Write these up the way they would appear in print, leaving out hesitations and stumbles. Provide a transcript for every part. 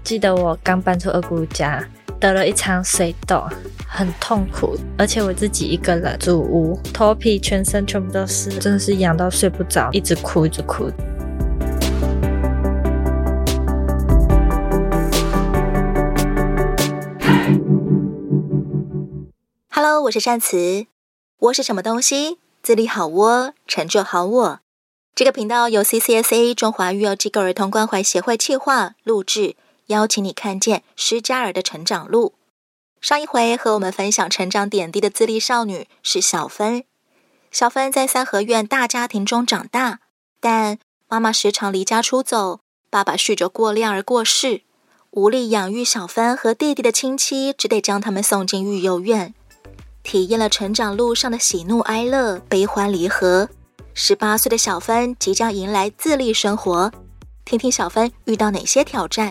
记得我刚搬出二姑家，得了一场水痘，很痛苦，而且我自己一个人住屋，头皮全身全部都是，真的是痒到睡不着，一直哭一直哭。 Hello， 我是善慈。窝是什么东西？自立好窝，成就好我。这个频道由 CCSA 中华育幼机构儿童关怀协会企划录制，邀请你看见施加尔的成长路。上一回和我们分享成长点滴的自立少女是小芬。小芬在三合院大家庭中长大，但妈妈时常离家出走，爸爸酗酒过量而过世，无力养育小芬和弟弟的亲戚只得将他们送进育幼院。体验了成长路上的喜怒哀乐、悲欢离合。18岁的小芬即将迎来自立生活，听听小芬遇到哪些挑战。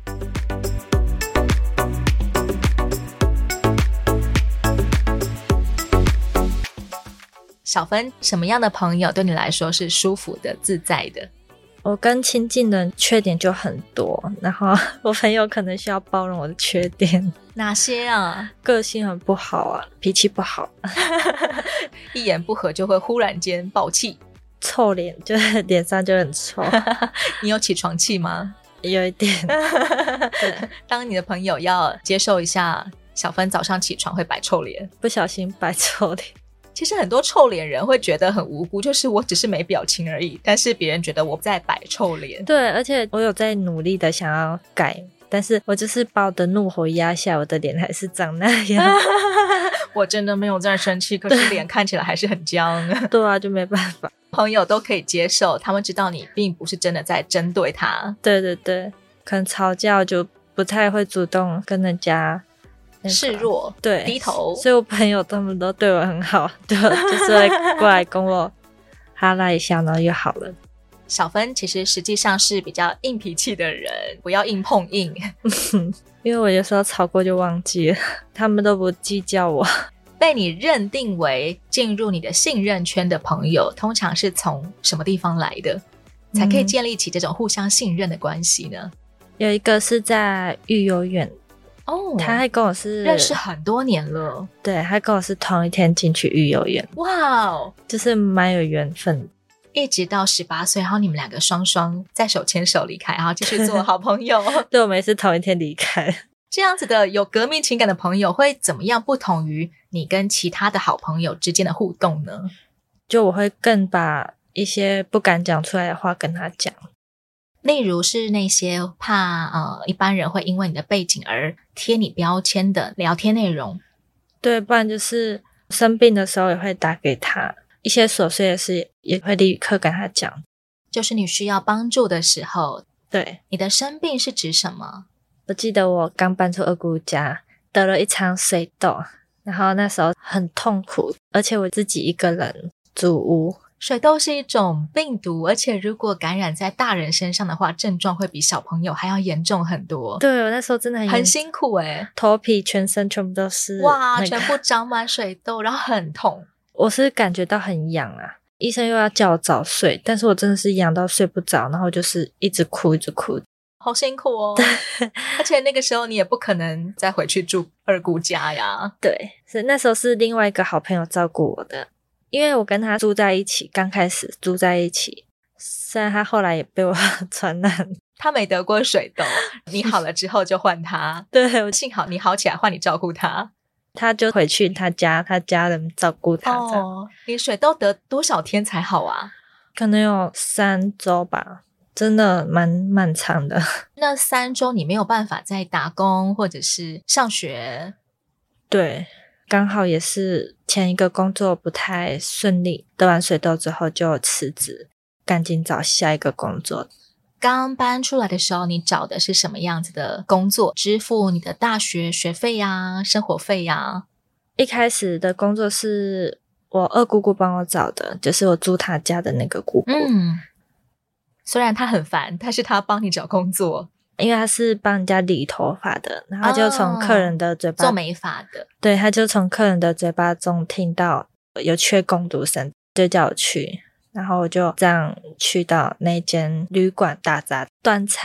小芬，什么样的朋友对你来说是舒服的、自在的？ 我跟亲近的人缺点就很多，然后我朋友可能需要包容我的缺点。 哪些啊？ 个性很不好啊，脾气不好， 一言不合就会忽然间爆气， 臭脸，就是脸上就很臭。 你有起床气吗？ 有一点。 对，当你的朋友要接受一下小芬早上起床会摆臭脸， 不小心摆臭脸。 其实很多臭脸人会觉得很无辜，就是我只是没表情而已，但是别人觉得我在摆臭脸。 对，而且我有在努力的想要改，但是我就是把我的怒火压下，我的脸还是长那样。 我真的没有在生气，可是脸看起来还是很僵。 对啊，就没办法。 朋友都可以接受，他们知道你并不是真的在针对他。 对对对，可能吵架就不太会主动跟人家示弱， 对， 低头。 所以我朋友他们都对我很好，就是会过来跟我哈拉一下，然后就好了。 小芬其实实际上是比较硬脾气的人，不要硬碰硬。 因为我有时候吵过就忘记了，他们都不计较我。 被你认定为进入你的信任圈的朋友，通常是从什么地方来的，才可以建立起这种互相信任的关系呢？ 有一个是在育幼院。 哦， 他还跟我是认识很多年了。 对，他跟我是同一天进去育幼院。 哇哦， 就是蛮有缘分。 一直到18岁，然后你们两个双双再手牵手离开，然后继续做好朋友。 对，我们也是同一天离开。 这样子的有革命情感的朋友会怎么样不同于你跟其他的好朋友之间的互动呢？ 就我会更把一些不敢讲出来的话跟他讲。 例如是那些怕一般人会因为你的背景而贴你标签的聊天内容。 对，不然就是生病的时候也会打给他，一些琐碎的事也会立刻跟他讲。 就是你需要帮助的时候。 对， 你的生病是指什么？ 我记得我刚搬出二姑家，得了一场水痘，然后那时候很痛苦，而且我自己一个人住屋。 水痘是一种病毒，而且如果感染在大人身上的话，症状会比小朋友还要严重很多。 对，我那时候真的很辛苦欸， 头皮全身全部都是哇，全部长满水痘，然后很痛。 我是感觉到很痒啊，医生又要叫我早睡，但是我真的是痒到睡不着，然后就是一直哭一直哭。 好辛苦哦。而且那个时候你也不可能再回去住二姑家呀。 对，所以那时候是另外一个好朋友照顾我的，因为我跟他住在一起，刚开始住在一起，虽然他后来也被我传染。 他没得过水痘，你好了之后就换他。 对， 幸好你好起来换你照顾他， 他就回去他家，他家人照顾他。 哦，你水痘得多少天才好啊？ 可能有3周吧，真的蛮漫长的。 那3周你没有办法再打工或者是上学？ 对，刚好也是前一个工作不太顺利，得完水痘之后就辞职，赶紧找下一个工作。 刚搬出来的时候，你找的是什么样子的工作？支付你的大学学费呀、生活费呀？ 一开始的工作是我二姑姑帮我找的，就是我住她家的那个姑姑。 虽然她很烦，但是她帮你找工作。 因为她是帮人家理头发的，然后就从客人的嘴巴做美发的。 对，他就从客人的嘴巴中听到有缺工读生，就叫我去。然后我就这样去到那间旅馆打杂端菜。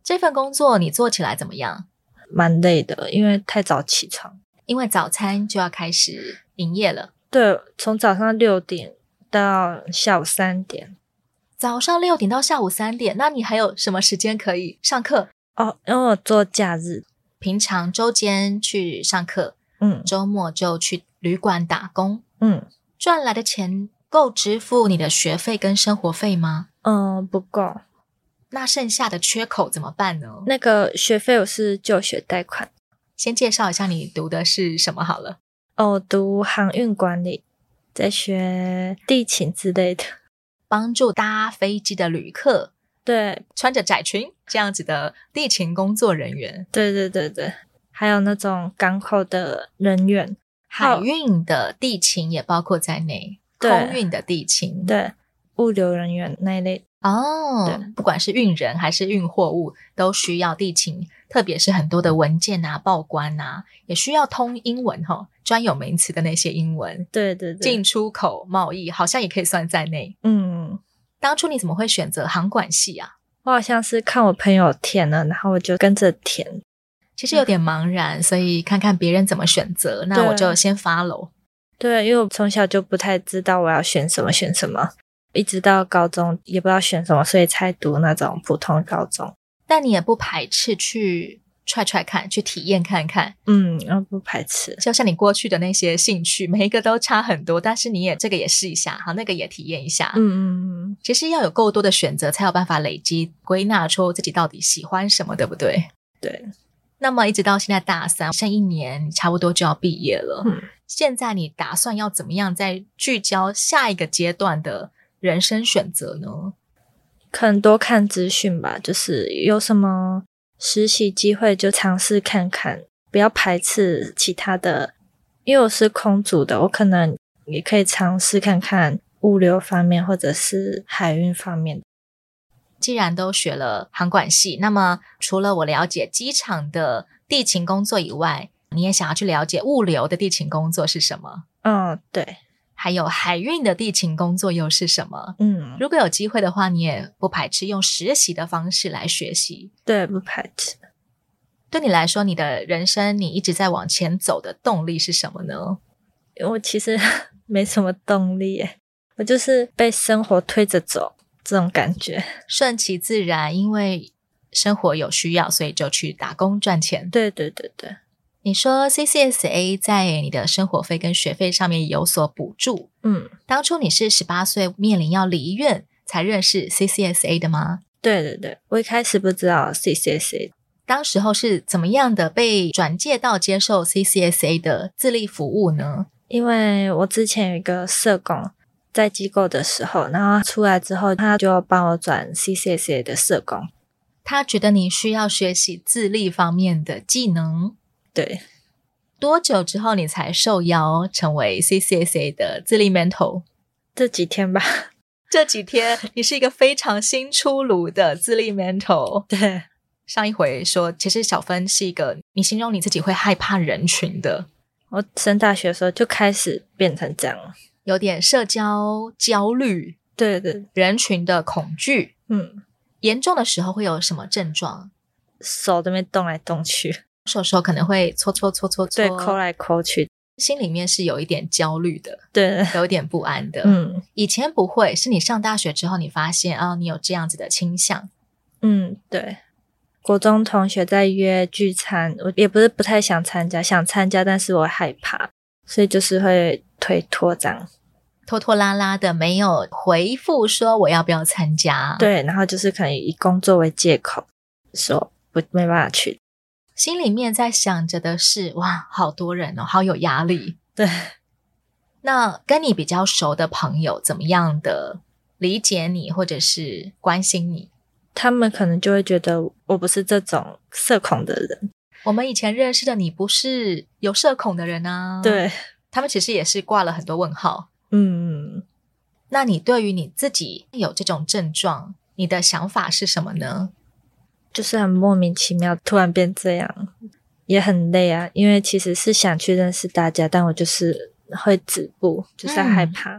这份工作你做起来怎么样？ 蛮累的，因为太早起床。 因为早餐就要开始营业了。 对，从早上6点到下午3点。 早上6点到下午3点，那你还有什么时间可以上课？ 因为我做假日， 平常周间去上课，周末就去旅馆打工，赚来的钱够支付你的学费跟生活费吗？ 不够。 那剩下的缺口怎么办呢？ 那个学费我是就学贷款。 先介绍一下你读的是什么好了。 我读航运管理，在学地勤之类的， 帮助搭飞机的旅客， 对， 穿着窄裙这样子的地勤工作人员。 对，还有那种港口的人员， 海运的地勤也包括在内，空运的地勤， 对，物流人员那一类。 不管是运人还是运货物都需要地勤，特别是很多的文件啊、报关啊，也需要通英文专有名词的那些英文。 对， 进出口贸易好像也可以算在内。当初你怎么会选择航管系啊？ 我好像是看我朋友填了，然后我就跟着填。 其实有点茫然，所以看看别人怎么选择，那我就先 follow。 对，因为我从小就不太知道我要选什么，一直到高中也不知道选什么，所以才读那种普通高中。 但你也不排斥去踹看，去体验看看。 不排斥。 就像你过去的那些兴趣，每一个都差很多，但是你也这个也试一下，好，那个也体验一下。其实要有够多的选择，才有办法累积归纳出自己到底喜欢什么，对不对？ 对。 那么一直到现在大3，剩1年差不多就要毕业了。现在你打算要怎么样再聚焦下一个阶段的人生选择呢？ 可能多看资讯吧，就是有什么实习机会就尝试看看，不要排斥其他的。因为我是空组的，我可能也可以尝试看看物流方面或者是海运方面。 既然都学了航管系，那么除了我了解机场的地勤工作以外，你也想要去了解物流的地勤工作是什么？ 对。 还有海运的地勤工作又是什么？如果有机会的話，你也不排斥用实习的方式来学习。 对，不排斥。 对你来说，你的人生你一直在往前走的动力是什么呢？ 我其实没什么动力耶，我就是被生活推着走这种感觉， 顺其自然，因为生活有需要，所以就去打工赚钱。 对。 你说 CCSA 在你的生活费跟学费上面有所补助。当初你是18岁面临要离院才认识 CCSA 的吗？ 对，我一开始不知道 CCSA。 当时候是怎么样的被转介到接受 CCSA 的自立服务呢？ 因为我之前有一个社工在机构的时候，然后出来之后他就帮我转 CCSA 的社工。 他觉得你需要学习自立方面的技能。 对。 多久之后你才受邀成为 CCSA 的自立 mentor？ 这几天吧。 这几天你是一个非常新出炉的自立 mentor。 对。 上一回说其实小芬是一个你形容你自己会害怕人群的。 我升大学的时候就开始变成这样， 有点社交焦虑。 对， 人群的恐惧。严重的时候会有什么症状？ 手都没动来动去， 手可能会搓， 对，抠来抠去， 心里面是有一点焦虑的， 对， 有一点不安的。以前不会，是你上大学之后你发现你有这样子的倾向。 对。国中同学在约聚餐，我也不是不太想参加，想参加，但是我害怕，所以就是会推脱这样， 拖拖拉拉的，没有回复说我要不要参加。 对，然后就是可能以工作为借口说没办法去。 心里面在想着的是，哇，好多人哦，好有压力。 对。 那跟你比较熟的朋友怎么样的理解你或者是关心你？ 他们可能就会觉得我不是这种社恐的人。 我们以前认识的你不是有社恐的人啊。 对。 他们其实也是挂了很多问号。那你对于你自己有这种症状，你的想法是什么呢？ 就是很莫名其妙，突然变这样，也很累啊。因为其实是想去认识大家，但我就是会止步，就是害怕。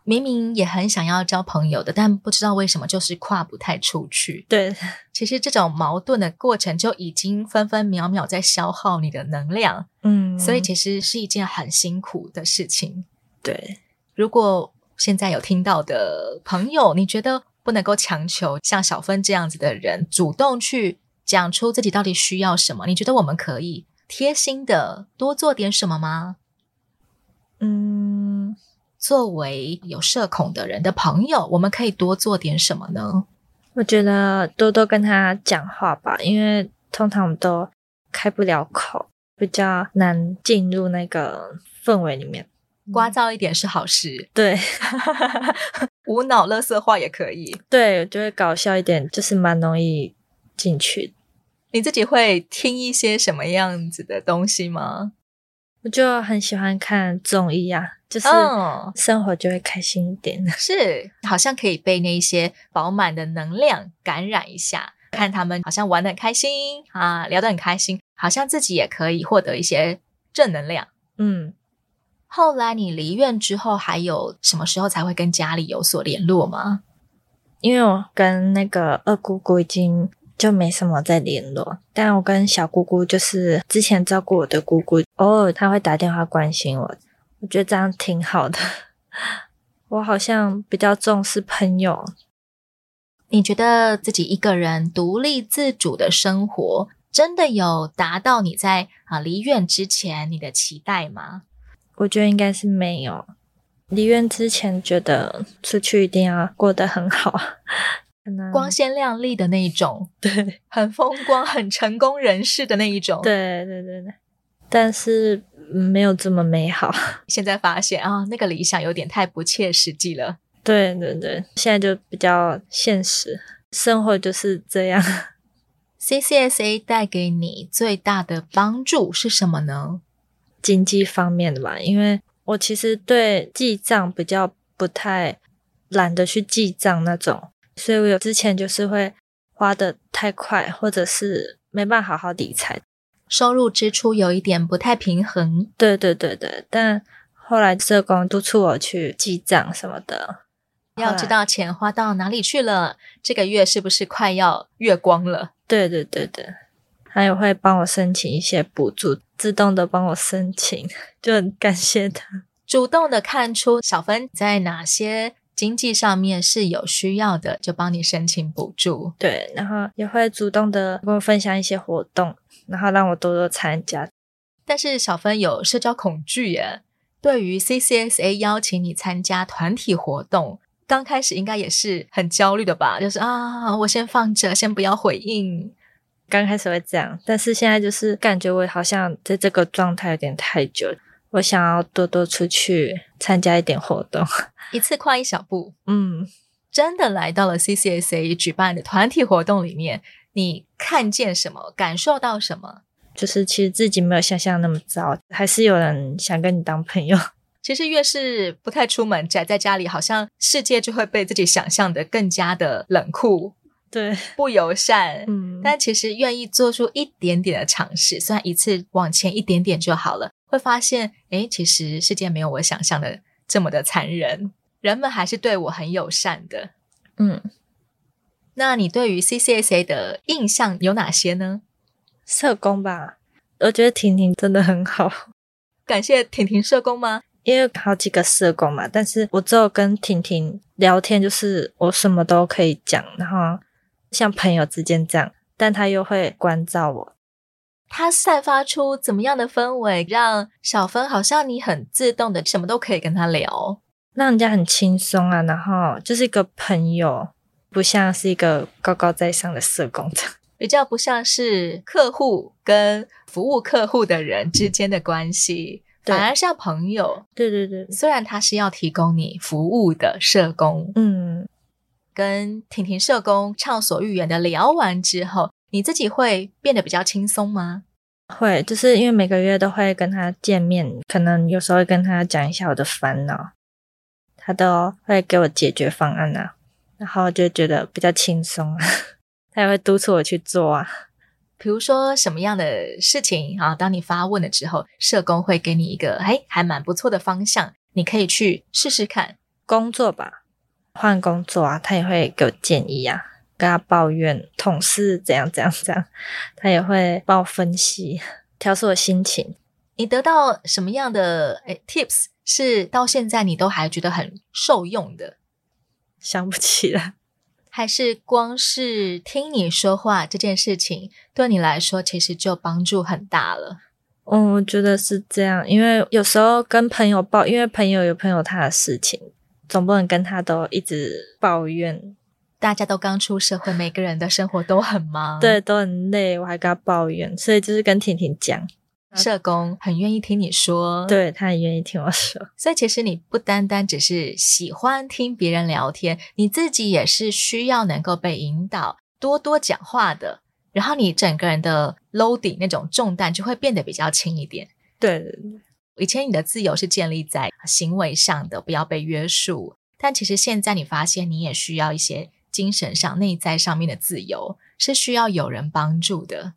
明明也很想要交朋友的，但不知道为什么就是跨不太出去。 对， 其实这种矛盾的过程就已经分分秒秒在消耗你的能量，所以其实是一件很辛苦的事情。 对， 如果现在有听到的朋友，你觉得不能够强求像小芬这样子的人主动去讲出自己到底需要什么，你觉得我们可以贴心的多做点什么吗？作为有社恐的人的朋友，我们可以多做点什么呢？ 我觉得多多跟他讲话吧，因为通常我们都开不了口，比较难进入那个氛围里面。 聒噪一点是好事， 对无脑垃圾话也可以。 对，我觉得搞笑一点就是蛮容易进去。 你自己会听一些什么样子的东西吗？ 我就很喜欢看综艺啊，就是生活就会开心一点。 是，好像可以被那些饱满的能量感染一下，看他们好像玩得很开心啊，聊得很开心，好像自己也可以获得一些正能量。后来你离院之后，还有什么时候才会跟家里有所联络吗？ 因为我跟那个二姑姑已经就没什么再联络，但我跟小姑姑就是之前照顾我的姑姑，偶尔她会打电话关心我，我觉得这样挺好的。我好像比较重视朋友。 你觉得自己一个人独立自主的生活，真的有达到你在离院之前你的期待吗？ 我觉得应该是没有。离院之前觉得出去一定要过得很好， 光鲜亮丽的那一种， 对， 很风光很成功人士的那一种， 对对对对，但是没有这么美好。 现在发现那个理想有点太不切实际了。 对对对，现在就比较现实，生活就是这样。 CCSA 带给你最大的帮助是什么呢？ 经济方面的吧，因为我其实对记账比较不太懒得去记账那种，所以我有之前就是会花得太快，或者是没办法好好理财， 收入支出有一点不太平衡。 对对对对，但后来社工督促我去记账什么的， 要知道钱花到哪里去了，这个月是不是快要月光了。 对对对对，还有会帮我申请一些补助，自动的帮我申请，就很感谢他。 主动的看出小芬在哪些经济上面是有需要的，就帮你申请补助。 对，然后也会主动的跟我分享一些活动，然后让我多多参加。 但是小芬有社交恐惧耶，对于 CCSA 邀请你参加团体活动，刚开始应该也是很焦虑的吧，就是我先放着，先不要回应。 刚开始会这样，但是现在就是感觉我好像在这个状态有点太久，我想要多多出去参加一点活动， 一次跨一小步。真的来到了 CCSA 举办的团体活动里面，你看见什么，感受到什么？ 就是其实自己没有想象那么糟，还是有人想跟你当朋友。 其实越是不太出门，宅在家里，好像世界就会被自己想象的更加的冷酷， 对， 不友善。但其实愿意做出一点点的尝试，虽然一次往前一点点就好了，会发现其实世界没有我想象的这么的残忍，人们还是对我很友善的。那你对于 CCSA 的印象有哪些呢？ 社工吧，我觉得婷婷真的很好。 感谢婷婷社工吗？ 因为好几个社工嘛，但是我只有跟婷婷聊天，就是我什么都可以讲，然后像朋友之间这样，但他又会关照我。 他散发出怎么样的氛围，让小芬好像你很自动的什么都可以跟他聊， 让人家很轻松啊，然后就是一个朋友，不像是一个高高在上的社工这样， 比较不像是客户跟服务客户的人之间的关系，反而像朋友。 对对对， 虽然他是要提供你服务的社工。跟婷婷社工畅所欲言的聊完之后，你自己会变得比较轻松吗？ 会，就是因为每个月都会跟他见面，可能有时候会跟他讲一下我的烦恼，他都会给我解决方案啊，然后就觉得比较轻松啊。他也会督促我去做啊。 比如说什么样的事情当你发问了之后，社工会给你一个还蛮不错的方向，你可以去试试看。 工作吧，换工作啊，他也会给我建议啊，跟他抱怨同事怎样，他也会帮我分析，调试我心情。 你得到什么样的tips 是到现在你都还觉得很受用的？ 想不起来。 还是光是听你说话这件事情对你来说其实就帮助很大了？ 我觉得是这样，因为有时候跟朋友因为朋友有朋友他的事情，总不能跟他都一直抱怨。 大家都刚出社会，每个人的生活都很忙， 对，都很累，我还跟他抱怨，所以就是跟婷婷讲。 社工很愿意听你说， 对，他很愿意听我说。 所以其实你不单单只是喜欢听别人聊天，你自己也是需要能够被引导，多多讲话的，然后你整个人的 loading 那种重担就会变得比较轻一点。 对， 以前你的自由是建立在行为上的，不要被约束，但其实现在你发现你也需要一些精神上内在上面的自由，是需要有人帮助的。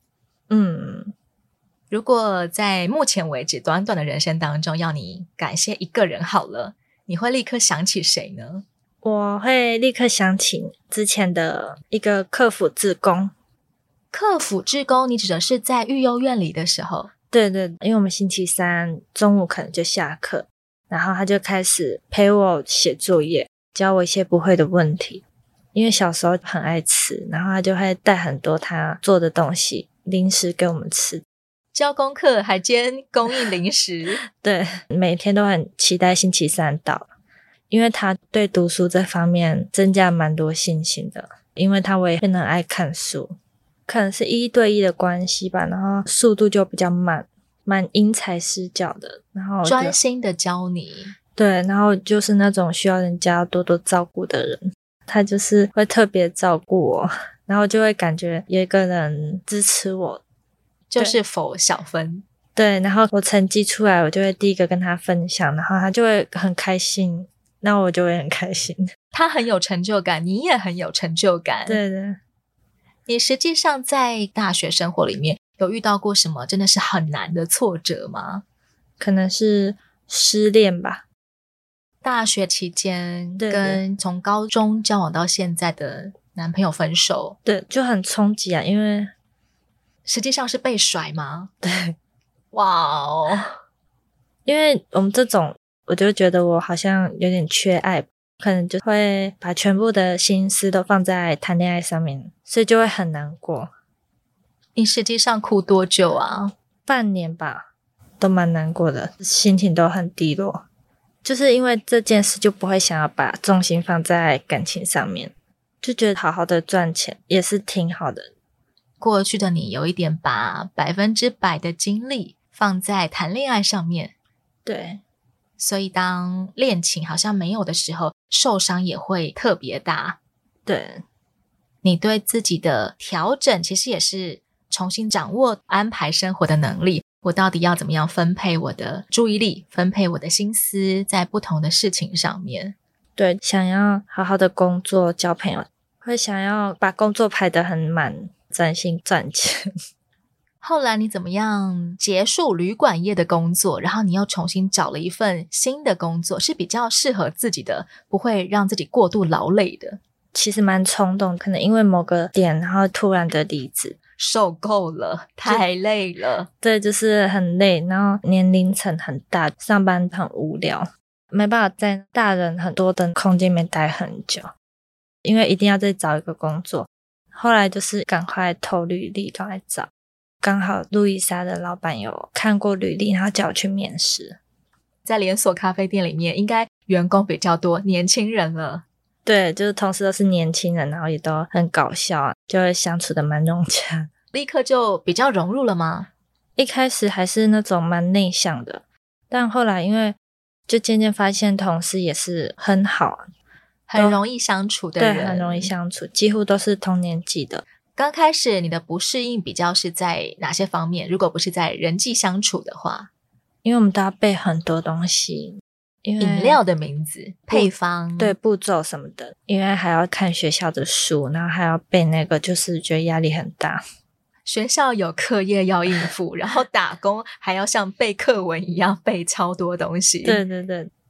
如果在目前为止短短的人生当中要你感谢一个人好了，你会立刻想起谁呢？ 我会立刻想起之前的一个客服志工。 客服志工你指的是在育幼院里的时候？ 对，因为我们星期三中午可能就下课，然后他就开始陪我写作业，教我一些不会的问题。因为小时候很爱吃，然后他就会带很多他做的东西零食给我们吃， 教功课还兼供应零食。 对，每天都很期待星期三到，因为他对读书这方面增加蛮多信心的，因为我也变得很爱看书，可能是1对1的关系吧，然后速度就比较慢，蛮因材施教的，然后专心的教你。 对，然后就是那种需要人家多多照顾的人，他就是会特别照顾我，然后就会感觉有一个人支持我， 就是否小芬。 对，然后我成绩出来，我就会第一个跟他分享，然后他就会很开心，那我就会很开心。 他很有成就感，你也很有成就感。 对， 你实际上在大学生活里面有遇到过什么真的是很难的挫折吗？ 可能是失恋吧。 大学期间对跟从高中交往到现在的男朋友分手， 对，就很冲击啊，因为实际上是被甩吗？ 对， 哇哦， 因为我们这种，我就觉得我好像有点缺爱，可能就会把全部的心思都放在谈恋爱上面，所以就会很难过。 你实际上哭多久啊？ 半年吧，都蛮难过的，心情都很低落。就是因为这件事就不会想要把重心放在感情上面，就觉得好好的赚钱也是挺好的。 过去的你有一点把100%的精力放在谈恋爱上面， 对， 所以当恋情好像没有的时候，受伤也会特别大。 对， 你对自己的调整其实也是重新掌握安排生活的能力，我到底要怎么样分配我的注意力，分配我的心思在不同的事情上面。 对，想要好好的工作交朋友，会想要把工作排得很满，专心赚钱。 后来你怎么样结束旅馆业的工作，然后你又重新找了一份新的工作，是比较适合自己的，不会让自己过度劳累的？ 其实蛮冲动，可能因为某个点然后突然的离职， 受够了，太累了。 对，就是很累，然后年龄层很大，上班很无聊，没办法在大人很多的空间里面待很久，因为一定要再找一个工作。后来就是赶快投履历，赶快找，刚好路易莎的老板有看过履历，然后叫我去面试。 在连锁咖啡店里面应该员工比较多，年轻人了。 对，就是同事都是年轻人，然后也都很搞笑啊，就会相处的蛮融洽。 立刻就比较融入了吗？ 一开始还是那种蛮内向的，但后来因为就渐渐发现同事也是很好， 很容易相处的人。 对，很容易相处，几乎都是同年纪的。 刚开始你的不适应比较是在哪些方面？如果不是在人际相处的话？ 因为我们都要背很多东西，因为饮料的名字、配方， 对，步骤什么的，因为还要看学校的书，然后还要背那个，就是觉得压力很大。 学校有课业要应付，然后打工还要像背课文一样背超多东西。 对对对，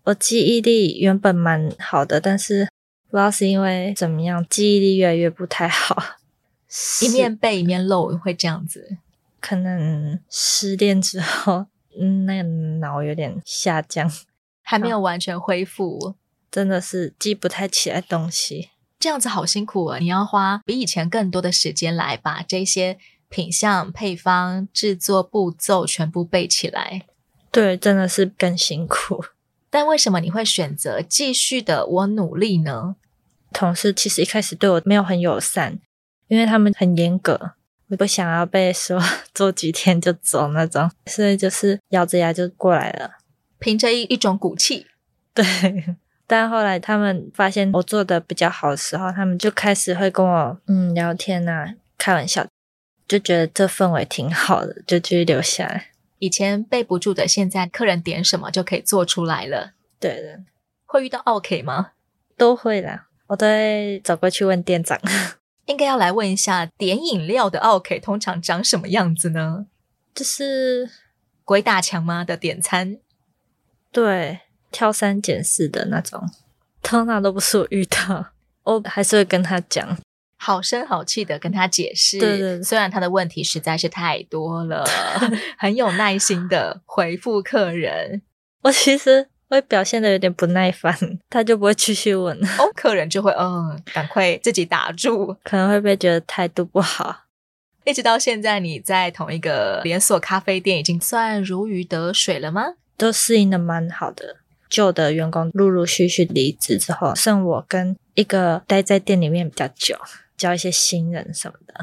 我记忆力原本蛮好的，但是不知道是因为怎么样，记忆力越来越不太好， 一面背一面漏会这样子。 可能失恋之后那个脑有点下降， 还没有完全恢复， 真的是记不太起来东西。 这样子好辛苦啊！你要花比以前更多的时间来把这些品项、配方、制作步骤全部背起来。 对，真的是更辛苦。 但为什么你会选择继续的我努力呢？ 同事其实一开始对我没有很友善，因为他们很严格，我不想要被说做几天就走那种，所以就是咬着牙就过来了， 凭着一种骨气。 对，但后来他们发现我做的比较好的时候，他们就开始会跟我聊天啊，开玩笑，就觉得这氛围挺好的，就继续留下来。 以前背不住的，现在客人点什么就可以做出来了。 对的。 会遇到 OK 吗？ 都会啦，我都会走过去问店长。 应该要来问一下，点饮料的 OK 通常长什么样子呢？ 就是鬼打墙吗的点餐？ 对，挑三拣四的那种，通常都不是我遇到，我还是会跟他讲， 好声好气的跟他解释。 对对对， 虽然他的问题实在是太多了，很有耐心的回复客人。 我其实会表现得有点不耐烦，他就不会继续问。 客人就会赶快自己打住， 可能会被觉得态度不好。 一直到现在你在同一个连锁咖啡店已经算如鱼得水了吗？ 都适应的蛮好的，旧的员工陆陆续续离职之后，剩我跟一个待在店里面比较久，教一些新人什么的。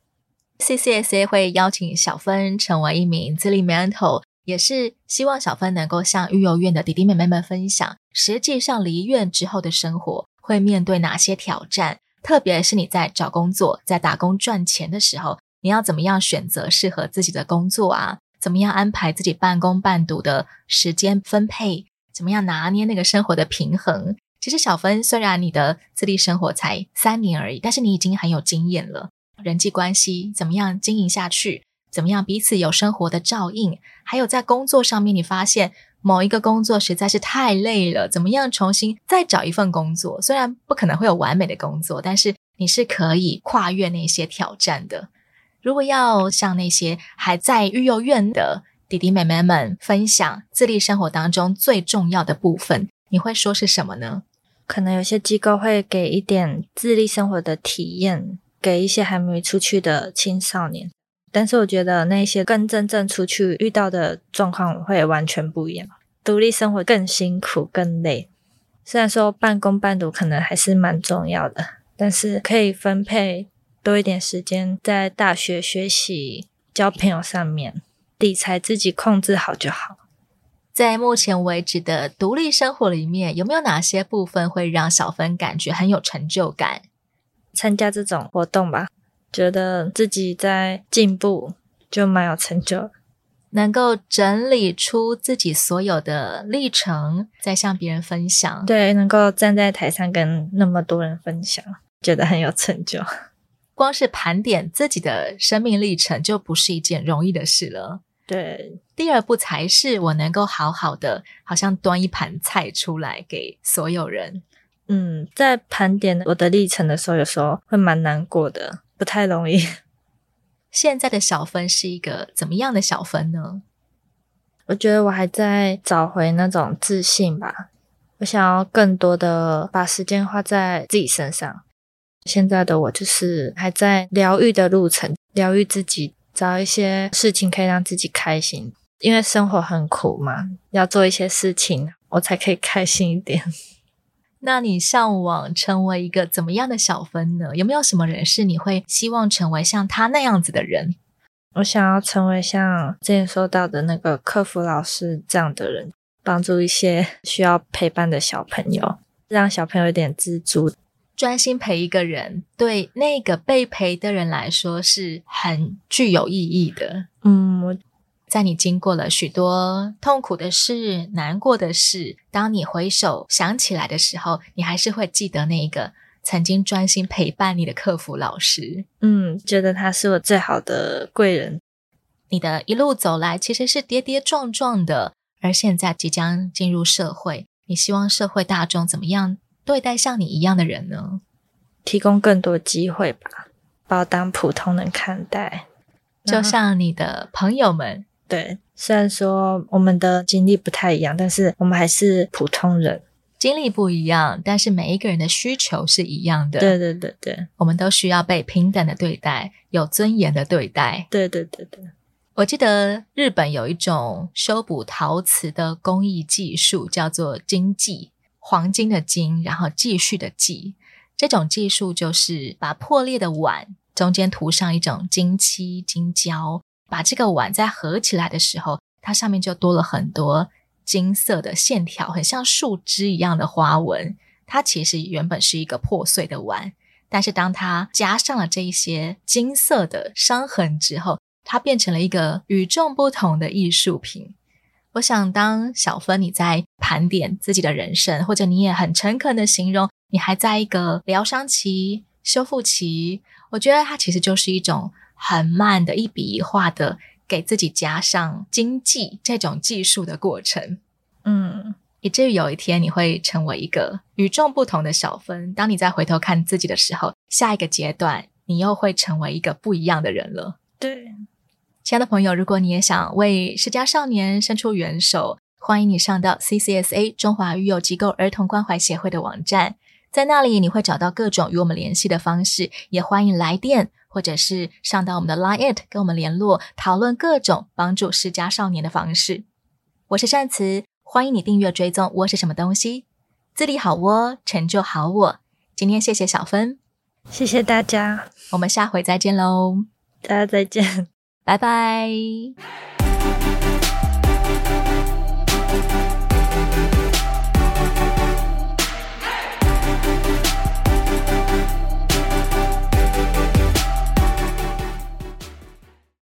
CCSA 会邀请小芬成为一名自立 mentor， 也是希望小芬能够向育幼院的弟弟妹妹们分享，实际上离院之后的生活会面对哪些挑战，特别是你在找工作、在打工赚钱的时候，你要怎么样选择适合自己的工作啊？怎么样安排自己半工半读的时间分配？怎么样拿捏那个生活的平衡？其实小芬，虽然你的自立生活才3年而已，但是你已经很有经验了。人际关系怎么样经营下去？怎么样彼此有生活的照应？还有在工作上面，你发现某一个工作实在是太累了，怎么样重新再找一份工作？虽然不可能会有完美的工作，但是你是可以跨越那些挑战的。如果要向那些还在育幼院的弟弟妹妹们分享自立生活当中最重要的部分，你会说是什么呢？ 可能有些机构会给一点自立生活的体验，给一些还没出去的青少年，但是我觉得那些跟真正出去遇到的状况会完全不一样，独立生活更辛苦更累。虽然说半工半读可能还是蛮重要的，但是可以分配多一点时间在大学学习交朋友上面，理财自己控制好就好。 在目前为止的独立生活里面，有没有哪些部分会让小芬感觉很有成就感？ 参加这种活动吧，觉得自己在进步，就蛮有成就的。 能够整理出自己所有的历程，再向别人分享。 对，能够站在台上跟那么多人分享，觉得很有成就。 光是盘点自己的生命历程就不是一件容易的事了。 对， 第二步才是我能够好好的，好像端一盘菜出来给所有人。 在盘点我的历程的时候，有时候会蛮难过的，不太容易。 现在的小芬是一个怎么样的小芬呢？ 我觉得我还在找回那种自信吧，我想要更多的把时间花在自己身上。现在的我就是还在疗愈的路程，疗愈自己，找一些事情可以让自己开心，因为生活很苦嘛，要做一些事情我才可以开心一点。 那你向往成为一个怎么样的小芬呢？有没有什么人是你会希望成为像他那样子的人？ 我想要成为像之前说到的那个客服老师这样的人，帮助一些需要陪伴的小朋友，让小朋友有点自主。 专心陪一个人，对那个被陪的人来说是很具有意义的。在你经过了许多痛苦的事、难过的事，当你回首想起来的时候，你还是会记得那一个曾经专心陪伴你的客服老师。 觉得他是我最好的贵人。 你的一路走来其实是跌跌撞撞的，而现在即将进入社会， 你希望社会大众怎么样对待像你一样的人呢？ 提供更多机会吧，把我当普通人看待， 就像你的朋友们。 对，虽然说我们的经历不太一样，但是我们还是普通人。 经历不一样，但是每一个人的需求是一样的。 对对对对， 我们都需要被平等的对待，有尊严的对待。 对对对对。 我记得日本有一种修补陶瓷的工艺技术叫做金继，黄金的金，然后继续的继。这种技术就是把破裂的碗中间涂上一种金漆金胶，把这个碗再合起来的时候，它上面就多了很多金色的线条，很像树枝一样的花纹。它其实原本是一个破碎的碗，但是当它加上了这一些金色的伤痕之后，它变成了一个与众不同的艺术品。我想当小芬你在盘点自己的人生，或者你也很诚恳的形容你还在一个疗伤期、修复期，我觉得它其实就是一种很慢的一笔一画的给自己加上经济这种技术的过程。以至于有一天你会成为一个与众不同的小芬，当你再回头看自己的时候，下一个阶段你又会成为一个不一样的人了。 对， 亲爱的朋友，如果你也想为失家少年伸出援手，欢迎你上到 CCSA 中华育幼机构儿童关怀协会的网站，在那里你会找到各种与我们联系的方式，也欢迎来电或者是上到我们的 LINE@ 跟我们联络，讨论各种帮助失家少年的方式。我是善慈，欢迎你订阅追踪我是什么东西，自立好我，成就好我。今天谢谢小芬， 谢谢大家， 我们下回再见咯， 大家再见， 拜拜。